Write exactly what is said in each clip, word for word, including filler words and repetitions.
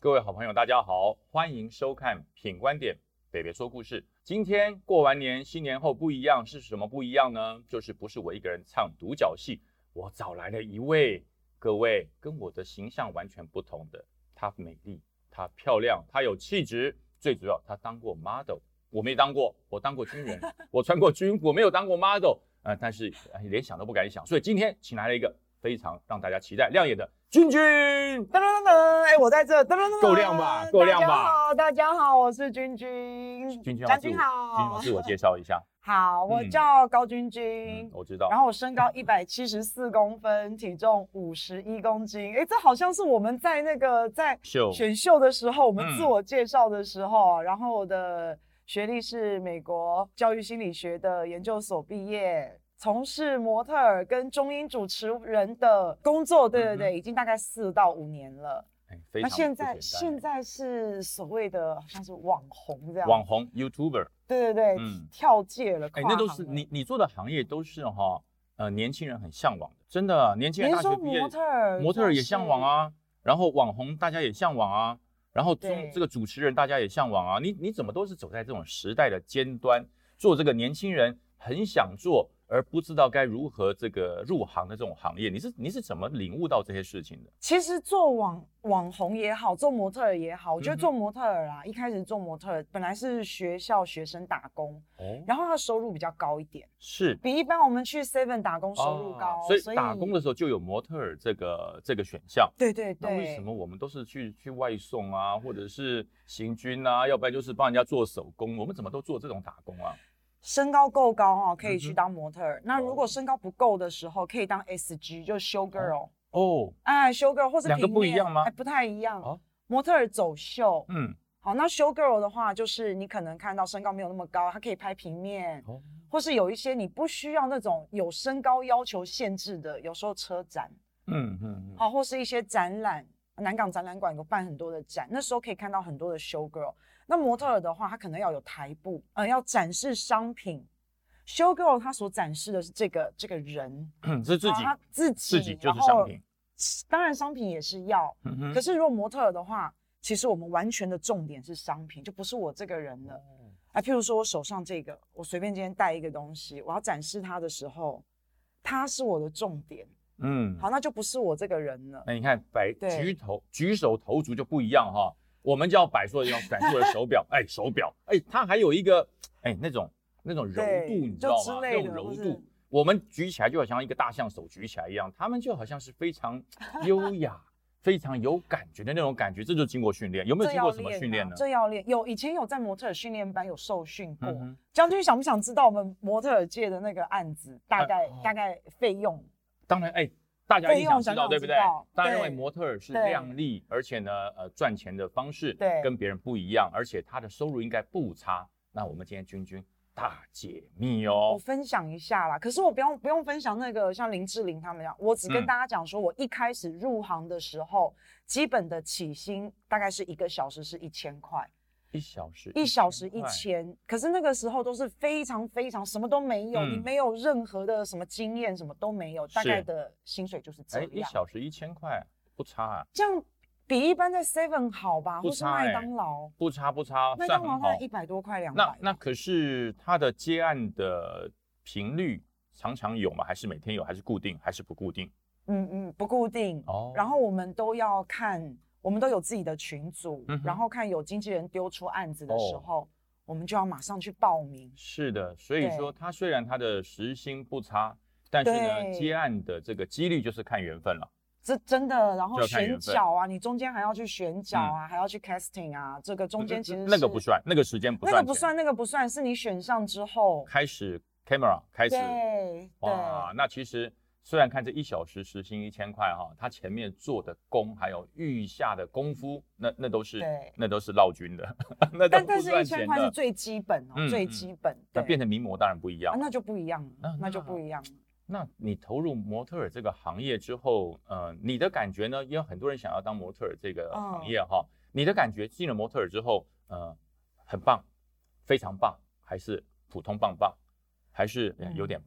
各位好朋友，大家好，欢迎收看品观点北北说故事。今天过完年，新年后不一样，是什么不一样呢？就是不是我一个人唱独角戏，我找来了一位，各位跟我的形象完全不同的，她美丽，她漂亮，她有气质，最主要她当过 model， 我没当过，我当过军人，我穿过军服，没有当过 model， 呃，但是连想都不敢想，所以今天请来了一个非常让大家期待亮眼的君君， 噔噔噔噔，哎，我在这，噔噔噔， 够亮吧？够亮吧？ 大家好，大家好，我是君君， 君君将军好， 君君自我介绍一下。 好，我叫高君君、 嗯，我知道。 然后我身高一百七十四公分，体重五十一公斤。哎，这好像是我们在那个在选秀的时候，我们自我介绍的时候，嗯、然后我的学历是美国教育心理学的研究所毕业。从事模特儿跟中英主持人的工作，对对对，嗯、已经大概四到五年了。 哎，非常那现在现在是所谓的好像是网红这样， 网红 YouTuber， 对对对，嗯、跳界了。 哎，那都是你你做的行业都是哈呃年轻人很向往的，真的、啊，年轻人大学毕业， 模特儿模特儿也向往啊，然后网红大家也向往啊，然后中这个主持人大家也向往啊，你你怎么都是走在这种时代的尖端，做这个年轻人很想做。而不知道该如何这个入行的这种行业，你是你是怎么领悟到这些事情的？ 其实做网网红也好，做模特儿也好，我觉得做模特儿啊，嗯、一开始做模特儿本来是学校学生打工，哦、然后他的收入比较高一点， 是比一般我们去 Seven 打工收入高， 哦、所以打工的时候就有模特儿这个这个选项。 对对对。 那为什么我们都是去去外送啊，或者是行军啊，要不然就是帮人家做手工，我们怎么都做这种打工啊？ 身高够高哦，可以去当模特儿。嗯、那如果身高不够的时候，可以当 S G， 就 show girl。 哦， 哎 ，show girl 或是两个不一样吗？ 哎，不太一样。哦、模特儿走秀。嗯，好，那 show girl 的话，就是你可能看到身高没有那么高，它可以拍平面，哦、或是有一些你不需要那种有身高要求限制的，有时候车展。嗯嗯。好，或是一些展览，南港展览馆有办很多的展，那时候可以看到很多的 show girl。那模特儿的话，他可能要有台步，呃，要展示商品。show girl 他所展示的是这个这个人， 是自己， 他自己， 自己就是商品。 当然商品也是要，嗯、可是如果模特儿的话，其实我们完全的重点是商品，就不是我这个人了。哦、啊，譬如说我手上这个，我随便今天带一个东西，我要展示它的时候，它是我的重点。嗯，好，那就不是我这个人了。 那你看摆举头举手投足就不一样哈。我们就要摆说要展示的手表，哎，手表，哎，它还有一个，哎，那种那种柔度，你知道吗？那种柔度，我们举起来就好像一个大象手举起来一样，他们就好像是非常优雅、非常有感觉的那种感觉，这就经过训练。有没有经过什么训练呢？ 这要练，有以前有在模特儿训练班有受训过。嗯、将军想不想知道我们模特儿界的那个案子大概、啊、大概费用？ 当然，哎。大家一定想知道，对不对？大家认为模特儿是亮丽，而且呢，呃，赚钱的方式跟别人不一样，而且他的收入应该不差。那我们今天君君大解密哦， 我分享一下啦。可是我不用不用分享那个像林志玲他们一样，我只跟大家讲说，我一开始入行的时候，嗯、基本的起薪大概是一个小时是一千块。 一小时一小时一千，可是那个时候都是非常非常什么都没有，嗯、你没有任何的什么经验，什么都没有，大概的薪水就是这样。 一小时一千块不差啊， 这样比一般在 Seven 好吧，或是麦当劳不差不差， 麦当劳大概一百多块两百。 那那可是他的接案的频率常常有吗？还是每天有？还是固定？还是不固定？ 嗯嗯，不固定哦。然后我们都要看。我们都有自己的群组，嗯、然后看有经纪人丢出案子的时候，哦、我们就要马上去报名。 是的，所以说他虽然他的时薪不差，但是呢，接案的这个几率就是看缘分了。 这真的，然后选角啊，你中间还要去选角啊，嗯、还要去 casting 啊，这个中间其实是那个不算，那个时间不算， 那个不算，那个不算，是你选上之后开始 camera 开始， 对， 哇，那其实。虽然看这一小时时薪一千块哈，他前面做的工还有预下的功夫，那那都是那都是烙军的，那都不算钱的。 但但是一千块是最基本哦，嗯、最基本。 那变成名模当然不一样、 啊，那就不一样了，嗯、那就不一样了。 那你投入模特儿这个行业之后，呃，你的感觉呢？因为很多人想要当模特儿这个行业哈，嗯、你的感觉进了模特儿之后，呃，很棒，非常棒，还是普通棒棒，还是有点棒？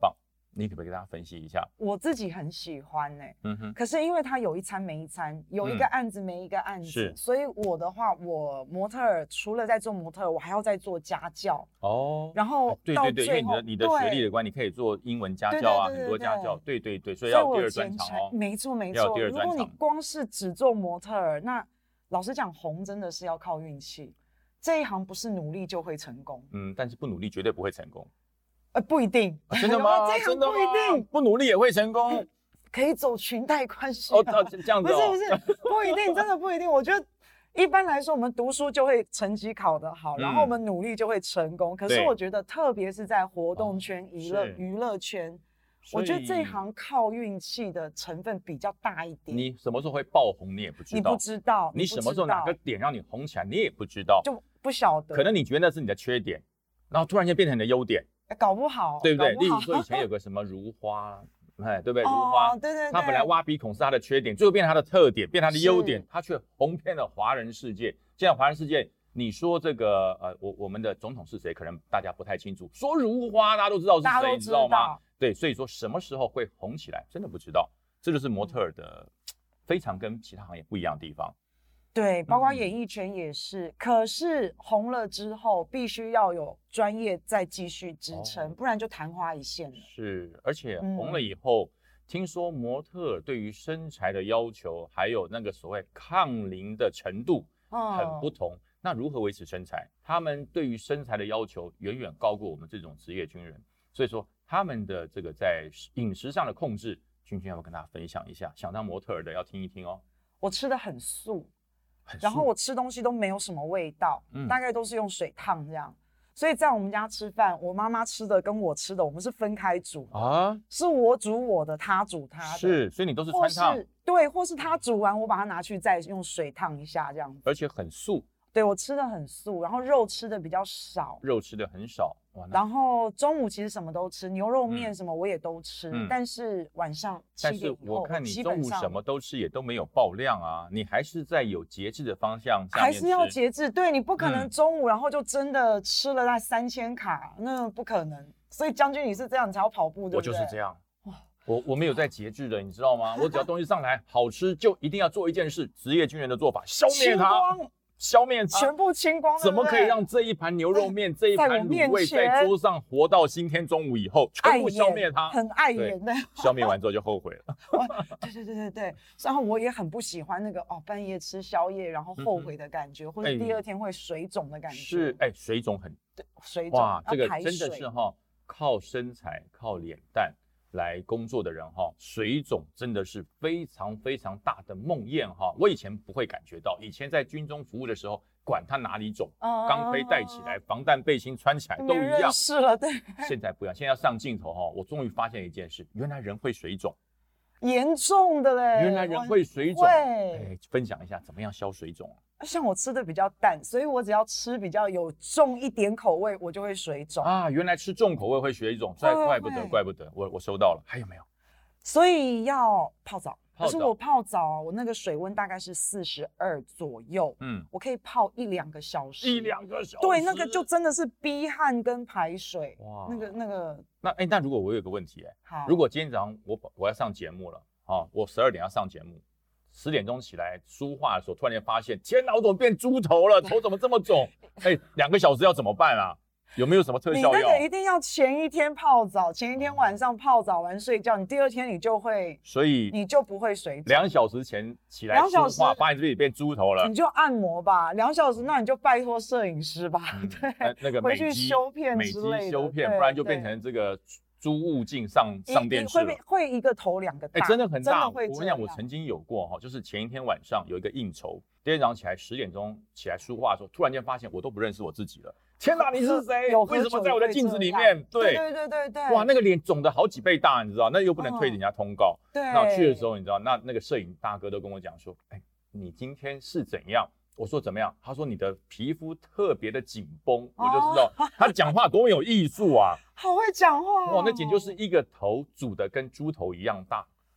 你可不可以跟大家分析一下？ 我自己很喜欢哎、欸， 嗯哼。 可是因为它有一餐没一餐，有一个案子没一个案子，嗯、所以我的话，我模特儿除了在做模特儿，我还要再做家教哦。然后到最后， 对对对，因为你的你的学历的关系，你可以做英文家教啊，对对对对对很多家教，对对对，所以要有第二专长哦。 没错没错，如果你光是只做模特儿，那老实讲，红真的是要靠运气。这一行不是努力就会成功， 嗯，但是不努力绝对不会成功。 呃，不一定， 啊、真的吗？ 这样不一定， 不努力也会成功， 可以走裙带关系、啊。 哦，这样子、哦， 不是不是，不一定，真的不一定。我觉得一般来说，我们读书就会成绩考得好，嗯、然后我们努力就会成功。可是我觉得，特别是在活动圈、娱乐娱乐圈，我觉得这一行靠运气的成分比较大一点。 你什么时候会爆红，你也不知道。 你不知道， 你什么时候哪个点让你红起来，你也不知道， 就不晓得。 可能你觉得那是你的缺点，然后突然间变成你的优点。 搞不好， 对不对？例如说以前有个什么如花，哎，对不对？如花， 哦、对对对， 他本来挖鼻孔是他的缺点，最后变成他的特点，变成他的优点，他却红遍了华人世界。现在华人世界，你说这个呃，我我们的总统是谁？可能大家不太清楚。说如花，大家都知道是谁，你知道吗？对，所以说什么时候会红起来，真的不知道。这就是模特儿的非常跟其他行业不一样的地方。 对，包括演艺圈也是，嗯、可是红了之后，必须要有专业再继续支撑，哦、不然就昙花一现了。 是，而且红了以后，嗯、听说模特对于身材的要求，还有那个所谓抗龄的程度很不同。哦、那如何维持身材？他们对于身材的要求远远高过我们这种职业军人，所以说他们的这个在饮食上的控制，君君要不要跟大家分享一下？想当模特儿的要听一听哦。 我吃的很素。然后我吃东西都没有什么味道，嗯、大概都是用水烫这样，所以在我们家吃饭，我妈妈吃的跟我吃的，我们是分开煮啊，是我煮我的，她煮她的， 是，所以你都是穿烫， 对，或是她煮完，我把它拿去再用水烫一下这样子， 而且很素， 对我吃的很素，然后肉吃的比较少， 肉吃的很少， 然后中午其实什么都吃，牛肉面什么我也都吃，嗯、但是晚上七点以后， 但是我看你中午什么都吃也都没有爆量啊，你还是在有节制的方向下面吃， 还是要节制，对你不可能中午然后就真的吃了那三千卡，嗯、那不可能。所以将军你是这样，你才要跑步，对不对？ 我就是这样，我我没有在节制的，你知道吗？我只要东西上来好吃，就一定要做一件事，职业军人的做法，消灭它。消灭它， 全部清光， 怎么可以让这一盘牛肉面、这一盘卤味在桌上活到今天中午以后，全部消灭它？ 很碍眼的， 消灭完之后就后悔了。 对对对对对，然后我也很不喜欢那个哦，半夜吃宵夜然后后悔的感觉，嗯、或者第二天会水肿的感觉。 是，哎，水肿很， 对，水肿哇，这个真的是哈，靠身材、靠脸蛋来工作的人哈，水肿真的是非常非常大的梦魇哈。我以前不会感觉到，以前在军中服务的时候，管他哪里肿，钢盔戴起来，防弹背心穿起来都一样。 是了，对。 现在不一样，现在要上镜头哈，我终于发现一件事，原来人会水肿， 严重的嘞。 原来人会水肿，哎，分享一下怎么样消水肿。 像我吃的比较淡，所以我只要吃比较有重一点口味，我就会水肿啊。原来吃重口味会水肿，怪怪不得，怪不得。我我收到了，还有没有？ 所以要泡澡，可是我泡澡，我那个水温大概是四十二左右，嗯，我可以泡一两个小时， 一两个小时， 对，那个就真的是逼汗跟排水，哇，那个那个。 那哎，那如果我有个问题，哎，好，如果今天早上我我要上节目了，啊，我十二点要上节目。十点钟起来梳化的时候，突然间发现，天哪，我怎么变猪头了？头怎么这么肿？哎，两个小时要怎么办啊？有没有什么特效药？ 你那个一定要前一天泡澡，前一天晚上泡澡完睡觉，你第二天你就会， 所以你就不会水肿。 两小时前起来梳化，发现自己变猪头了， 你就按摩吧。两小时，那你就拜托摄影师吧，嗯、对、 呃，那个回去修片之类的， 美肌修片，不然就变成这个。租物镜上上电视会会一个头两个大， 哎、欸，真的很大。 我跟你讲，我曾经有过哈，就是前一天晚上有一个应酬，第二天早上起来十点钟起来梳化的时候，突然间发现我都不认识我自己了。天哪，你是谁？为什么在我的镜子里面？ 对对对对对， 哇，那个脸肿得好几倍大，你知道？那又不能退人家通告。 嗯、对， 那我去的时候，你知道，那那个摄影大哥都跟我讲说，哎、欸，你今天是怎样？我说怎么样？他说你的皮肤特别的紧绷，我就知道他讲话多么有艺术啊！ 好会讲话、哦， 哇，那简直就是一个头煮的跟猪头一样大。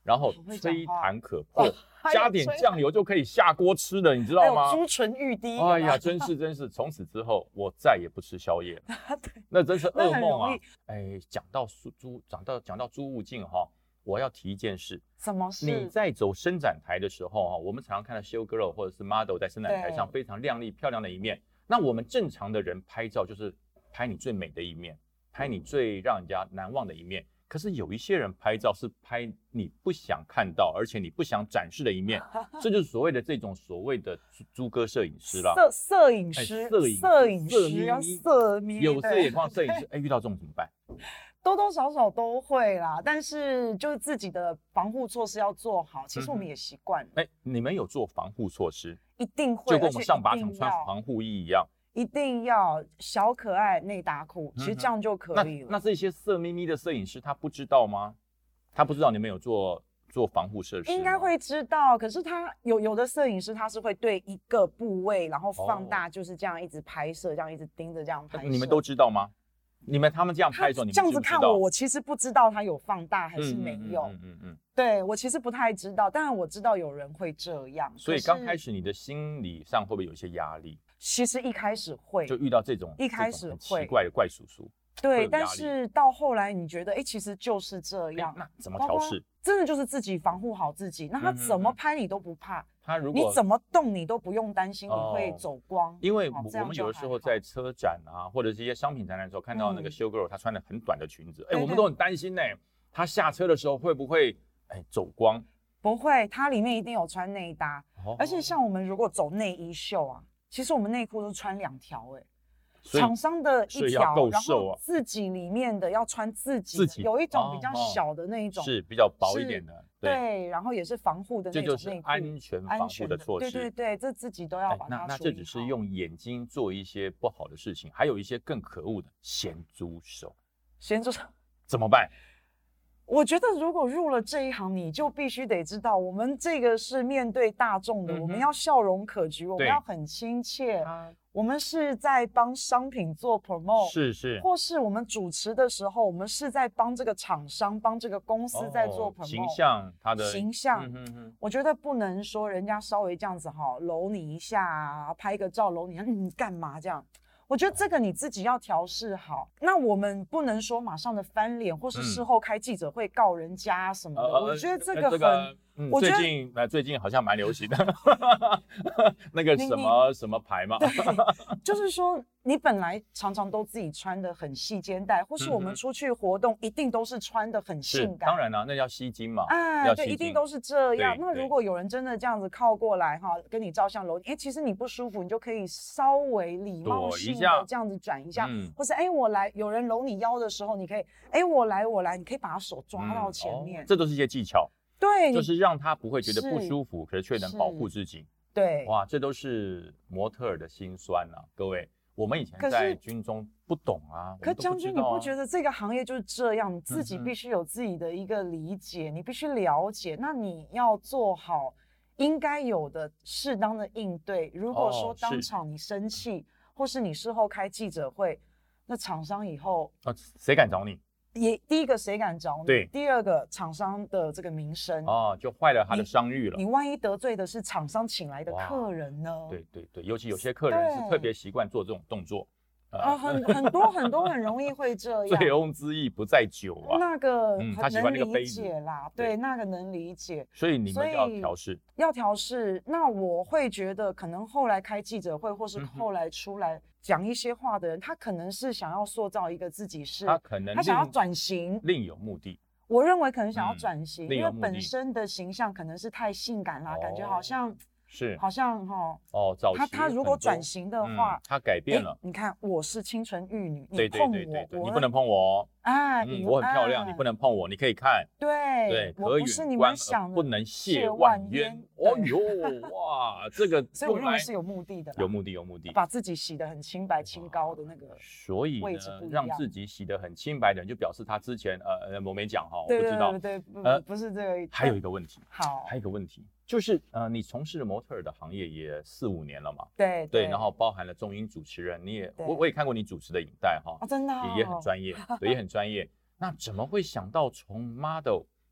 然后吹弹可破，加点酱油就可以下锅吃了，你知道吗？ 还有猪唇欲滴。 哎呀，真是真是，从此之后我再也不吃宵夜了，那真是噩梦啊！哎，讲到猪，讲到讲到猪物镜哈。我要提一件事， 什么事？ 你在走伸展台的时候啊，我们常常看到 show girl 或者是 model 在伸展台上非常靓丽漂亮的一面。那我们正常的人拍照就是拍你最美的一面，拍你最让人家难忘的一面。可是有一些人拍照是拍你不想看到，而且你不想展示的一面，这就是所谓的这种所谓的猪哥摄影师啦。 摄摄影师，摄影摄影师要色眯， 有色眼光摄影师，哎，遇到这种怎么办？ 多多少少都会啦，但是就是自己的防护措施要做好。其实我们也习惯了。哎、 嗯，你们有做防护措施？ 一定会， 就跟我们上靶场穿防护衣一样。 一定要小可爱内搭裤，其实这样就可以了。 那, 那这些色眯眯的摄影师，他不知道吗？他不知道你们有做做防护设施？ 应该会知道，可是他有有的摄影师他是会对一个部位，然后放大，就是这样一直拍摄，哦、这样一直盯着这样拍摄。 你们都知道吗？你们他们这样拍的时候，你们这样子看我，我其实不知道他有放大还是没有。嗯嗯嗯，对我其实不太知道，但是我知道有人会这样。 所以刚开始你的心理上会不会有一些压力？ 其实一开始会， 就遇到这种一开始会奇怪的怪叔叔。 对，但是到后来你觉得，哎，其实就是这样。 那怎么调试？ 真的就是自己防护好自己。那他怎么拍你都不怕。 他如果你怎么动你都不用担心你会走光， 因为我们有的时候在车展啊，或者是一些商品展览的时候，看到那个 show girl 她穿的很短的裙子，哎，我们都很担心呢，她下车的时候会不会哎走光？ 不会，它里面一定有穿内搭，而且像我们如果走内衣秀啊，其实我们内裤都穿两条，哎。厂商的一条，然后自己里面的要穿自己的，自己有一种比较小的那一种， 是比较薄一点的， 对，然后也是防护的那种内裤， 这就是安全防护的措施。 对对对，这自己都要把它处理好。 那那这只是用眼睛做一些不好的事情，还有一些更可恶的咸猪手。 咸猪手怎么办？ 我觉得如果入了这一行，你就必须得知道，我们这个是面对大众的，嗯、我们要笑容可掬，我们要很亲切。啊我们是在帮商品做 promote， 是是， 或是我们主持的时候，我们是在帮这个厂商、帮这个公司在做 promote，、哦、 形象，他的形象。嗯、哼哼我觉得不能说人家稍微这样子哈，搂你一下啊，拍个照搂你，嗯，干嘛这样？我觉得这个你自己要调试好。那我们不能说马上的翻脸，或是事后开记者会告人家什么的。嗯、我觉得这个很。呃这个嗯、我最近呃最近好像蛮流行的，那个什么什么牌嘛， 就是说你本来常常都自己穿的很细肩带，或是我们出去活动一定都是穿的很性感。 当然了、啊，那叫吸睛嘛， 哎，对，一定都是这样。那如果有人真的这样子靠过来哈，跟你照相搂，哎，其实你不舒服，你就可以稍微礼貌性的这样子转一下，嗯、或是哎我来，有人搂你腰的时候，你可以哎我来我来，你可以把他手抓到前面， 嗯哦、这都是一些技巧。 对， 就是让他不会觉得不舒服，可是却能保护自己。 对， 哇，这都是模特儿的辛酸啊！各位，我们以前在军中不懂啊。 可将军，你不觉得这个行业就是这样？你自己必须有自己的一个理解，嗯、你必须了解。那你要做好应该有的适当的应对。如果说当场你生气，哦、或是你事后开记者会，那厂商以后啊，谁敢找你？ 也第一个谁敢找你？ 对， 第二个厂商的这个名声哦，就坏了他的商誉了。 你, 你万一得罪的是厂商请来的客人呢？ 对对对，尤其有些客人是特别习惯做这种动作。 啊、呃，很很多很多很容易会这样。 醉翁之意不在酒啊。 那个嗯，他喜欢那个杯子啦，对，对那个能理解。 所以你们要调试， 要调试。那我会觉得，可能后来开记者会，或是后来出来讲一些话的人，嗯、他可能是想要塑造一个自己是， 他可能他想要转型， 另有目的。 我认为可能想要转型， 嗯、 因为本身的形象可能是太性感啦，哦、感觉好像。 是， 好像哈哦，早期他他如果转型的话， 嗯、他改变了。 你看，我是清纯玉女， 你碰我，对对对对你不能碰我。 哎、 嗯，我很漂亮，你不能碰我，你可以看。 对对， 我不是你们想的， 不能亵玩焉。哦呦，哇，这个， 所以我认为是有目的的， 有目的，有目的， 把自己洗得很清白、清高的那个。 所以呢，让自己洗得很清白的人，就表示他之前呃呃我没讲哈，我不知道， 对对呃不是这个。 还有一个问题， 好， 还有一个问题。就是呃，你从事模特儿的行业也四五年了嘛？ 对对, 对，然后包含了中英主持人，你也我我也看过你主持的影带哈， 哦，真的、哦、 也也很专业，对，也很专业。那怎么会想到从 model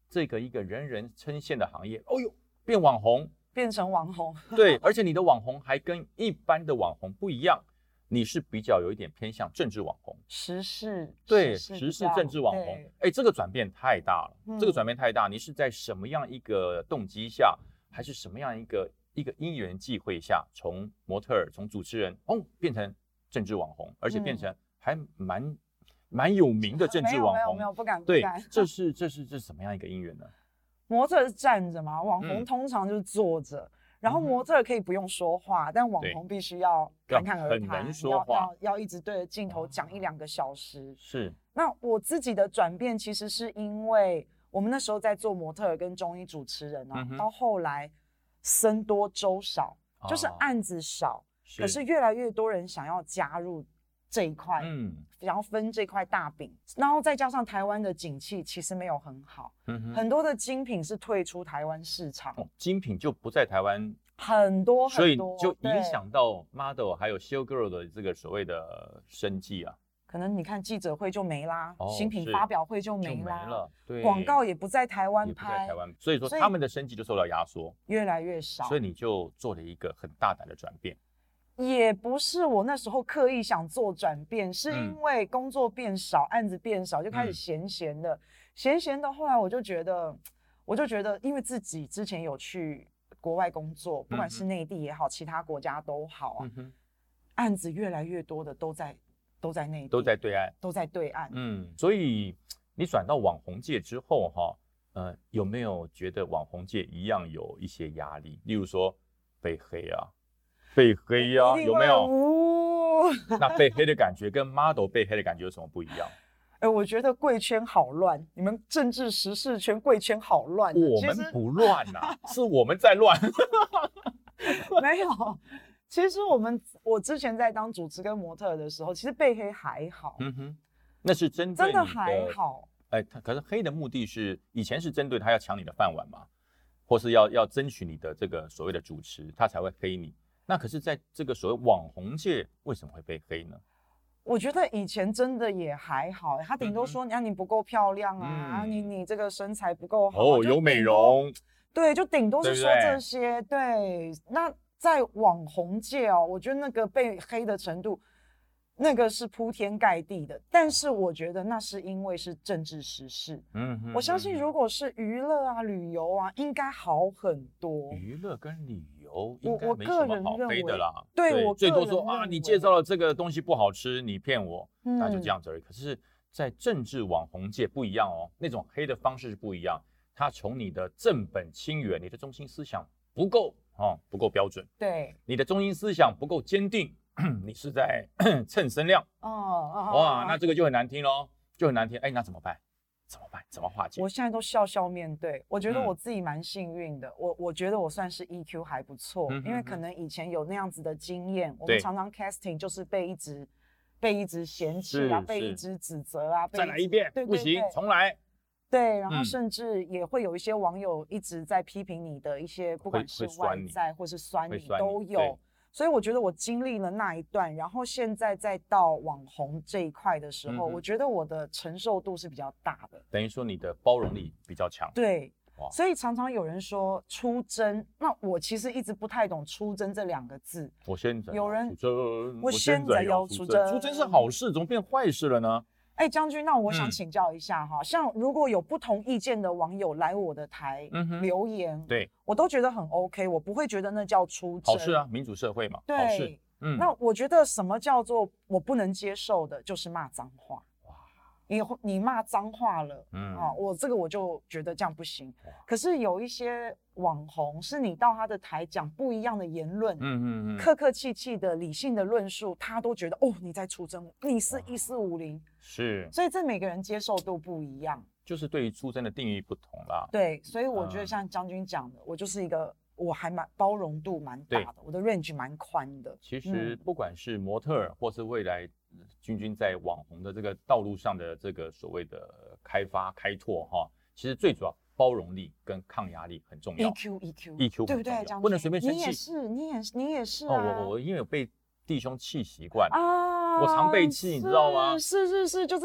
这个一个人人称羡的行业，哦呦，变网红， 变成网红， 对，而且你的网红还跟一般的网红不一样，你是比较有一点偏向政治网红， 时事， 对，时事政治网红，哎，这个转变太大了， 嗯、 这个转变太大，你是在什么样一个动机下，还是什么样一个一个因缘际会下，从模特儿，从主持人，哦，变成政治网红，而且变成还蛮、嗯、蛮有名的政治网红， 没有没有没有，不敢不敢， 对，这是这是这是什么样一个因缘呢？ 模特是站着嘛，网红通常就是坐着。嗯，然后模特可以不用说话，嗯、但网红必须要侃侃而谈， 很能说话， 要要要一直对着镜头讲一两个小时。 是。 那我自己的转变其实是因为我们那时候在做模特跟综艺主持人啊，嗯、到后来僧多粥少，哦、就是案子少，是可是越来越多人想要加入这一块，嗯，然后分这块大饼，然后再加上台湾的景气其实没有很好，嗯、很多的精品是退出台湾市场， 哦、精品就不在台湾很多很多，所以就影响到 model 还有 show girl 的这个所谓的生计啊。 可能你看记者会就没啦，哦、新品发表会就没啦， 就没了，对， 广告也不在台湾拍， 也不在台湾，所以说他们的生计就受到压缩， 越来越少。 所以你就做了一个很大胆的转变。 也不是我那时候刻意想做转变，是因为工作变少，嗯、案子变少，就开始闲闲的，闲闲的。后来我就觉得，我就觉得，因为自己之前有去国外工作，不管是内地也好，嗯、其他国家都好啊，嗯、案子越来越多的都在都在内地， 都在对岸， 都在对岸。 嗯，所以你转到网红界之后，哈，呃，有没有觉得网红界一样有一些压力？例如说被黑啊？被黑呀、啊，有没有？那被黑的感觉跟 model 被黑的感觉有什么不一样？ 哎、欸，我觉得贵圈好乱，你们政治时事圈贵圈好乱。 我们不乱呐、啊，是我们在乱。 没有，其实我们我之前在当主持跟模特的时候，其实被黑还好。 嗯哼，那是针对你的， 真的还好。 哎、欸，可是黑的目的是以前是针对他要抢你的饭碗嘛，或是要要争取你的这个所谓的主持，他才会黑你。那可是在这个所谓网红界为什么会被黑呢？ 我觉得以前真的也还好，他顶多说你、嗯啊、你不够漂亮啊，嗯、你你这个身材不够好， 哦，有美容， 对，就顶多是说这些。 对, 对，那在网红界哦，我觉得那个被黑的程度，那个是铺天盖地的。但是我觉得那是因为是政治时事，嗯，我相信如果是娱乐啊、旅游啊，应该好很多。 娱乐跟旅游应该没什么好黑的啦， 对，对我最多说啊，你介绍了这个东西不好吃，你骗我，嗯、那就这样子而已。可是，在政治网红界不一样哦，那种黑的方式是不一样。他从你的正本清源，你的中心思想不够哦，不够标准， 对， 你的中心思想不够坚定，你是在蹭声量哦，哦哇，那这个就很难听咯，就很难听。哎，那怎么办？怎么办？怎么化解？ 我现在都笑笑面对，我觉得我自己蛮幸运的，嗯、我我觉得我算是 E Q 还不错，嗯、哼哼因为可能以前有那样子的经验，我们常常 casting 就是被一直被一直嫌弃啊，被一直指责啊， 再来一遍，对对对，不行，重来。 对，然后甚至也会有一些网友一直在批评你的一些，不管是外在或是酸你都有。所以我觉得我经历了那一段，然后现在再到网红这一块的时候，嗯、我觉得我的承受度是比较大的。 等于说你的包容力比较强。 对，所以常常有人说出征，那我其实一直不太懂出征这两个字。 我现在有人出征， 我现在要出征， 出征是好事，怎么变坏事了呢？ 哎，将军，那我想请教一下哈，嗯、像如果有不同意见的网友来我的台留言，嗯、 对我都觉得很 OK， 我不会觉得那叫出征。 好事啊，民主社会嘛， 对， 好事。 嗯，那我觉得什么叫做我不能接受的，就是骂脏话。哇，你你骂脏话了，嗯啊，我这个我就觉得这样不行。可是有一些网红，是你到他的台讲不一样的言论，嗯嗯嗯，客客气气的、理性的论述，他都觉得哦你在出征，你是一四五零。 是， 所以这每个人接受度不一样， 就是对于出征的定义不同啦。 对，所以我觉得像将军讲的，嗯、我就是一个我还蛮包容度蛮大的，我的 range 蛮宽的。 其实不管是模特儿，或是未来君君在网红的这个道路上的这个所谓的开发开拓哈，其实最主要包容力跟抗压力很重要。 E Q E Q E Q 对不对？ 不能随便生气。 你也是，你也是，你也是啊。哦，我我因为有被弟兄气习惯啊，我常被气，你知道吗？ 是是是，就是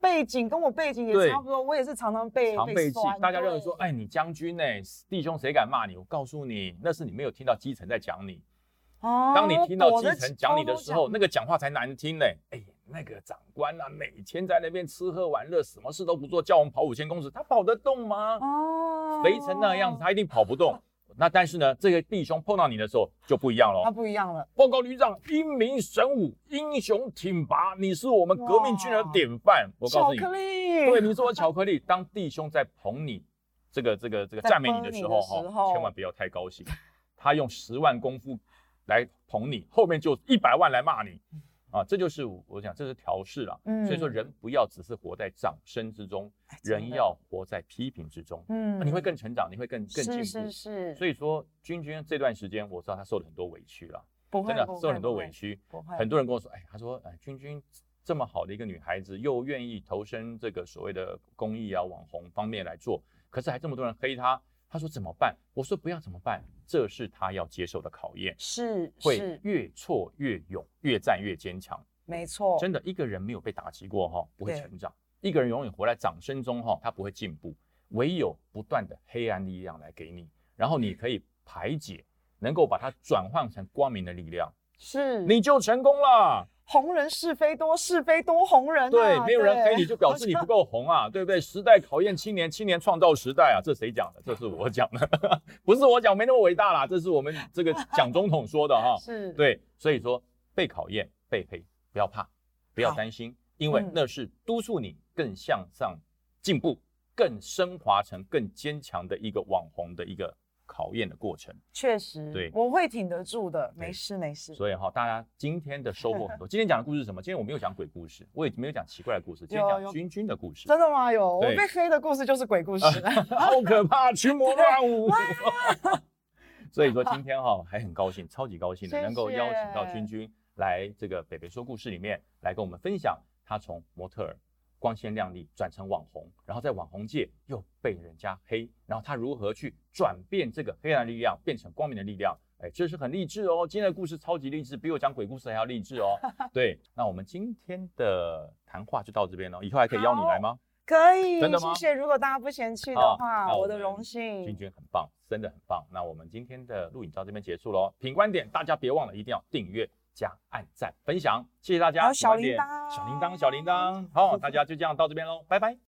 背景跟我背景也差不多，我也是常常被常被记。大家认为说， 哎， 你将军呢、欸，弟兄谁敢骂你？我告诉你，那是你没有听到基层在讲你。哦，当你听到基层讲你的时候，那个讲话才难听呢、欸。哎，那个长官啊，每天在那边吃喝玩乐，什么事都不做，叫我们跑五千公尺，他跑得动吗？哦，肥成那个样子，他一定跑不动。那但是呢，这个弟兄碰到你的时候就不一样了， 他不一样了。 报告旅长，英明神武，英雄挺拔，你是我们革命军人的典范。我告诉你， 巧克力， 对，你是我巧克力。当弟兄在捧你，这个这个这个赞美你的时候，哈，千万不要太高兴。他用十万功夫来捧你，后面就一百万来骂你。啊，这就是我讲，这是调试了。嗯，所以说人不要只是活在掌声之中，人要活在批评之中。嗯，你会更成长，你会更更进步。 是是是。 所以说，君君这段时间，我知道他受了很多委屈了，真的受了很多委屈。很多人跟我说，哎，他说，哎，君君这么好的一个女孩子，又愿意投身这个所谓的公益啊、网红方面来做，可是还这么多人黑她。他说怎么办？我说不要怎么办，这是他要接受的考验， 是会越挫越勇，越战越坚强。 没错， 真的一个人没有被打击过哈，不会成长；一个人永远活在掌声中哈，他不会进步。唯有不断的黑暗力量来给你，然后你可以排解，能够把它转换成光明的力量， 是你就成功了。 红人是非多，是非多红人、啊。 对，没有人黑你就表示你不够红啊，对不对？时代考验青年，青年创造时代啊，这谁讲的？这是我讲的，不是我讲，没那么伟大啦，这是我们这个蒋总统说的哈。 是， 对，所以说被考验、被黑，不要怕，不要担心，因为那是督促你更向上进步、更升华成更坚强的一个网红的一个考验的过程。 确实，对，我会挺得住的，没事没事。 所以哈，大家今天的收获很多。今天讲的故事是什么？今天我没有讲鬼故事，我也没有讲奇怪的故事，今天讲君君的故事。 真的吗？有，我被黑的故事就是鬼故事， 好可怕，群魔乱舞。所以说今天哈还很高兴，超级高兴的能够邀请到君君来这个北北说故事里面来跟我们分享他从模特儿光鲜亮丽转成网红，然后在网红界又被人家黑，然后他如何去转变这个黑暗力量变成光明的力量。哎，这是很励志哦，今天的故事超级励志，比我讲鬼故事还要励志哦。对，那我们今天的谈话就到这边了，以后还可以邀你来吗？ 可以， 真的吗？ 谢谢。如果大家不嫌弃的话，我的荣幸。 君君很棒，真的很棒。那我们今天的录影到这边结束喽。品观点，大家别忘了一定要订阅、加按赞、分享，谢谢大家。 小铃铛， 小铃铛，小铃铛。好，大家就这样到这边喽，拜拜。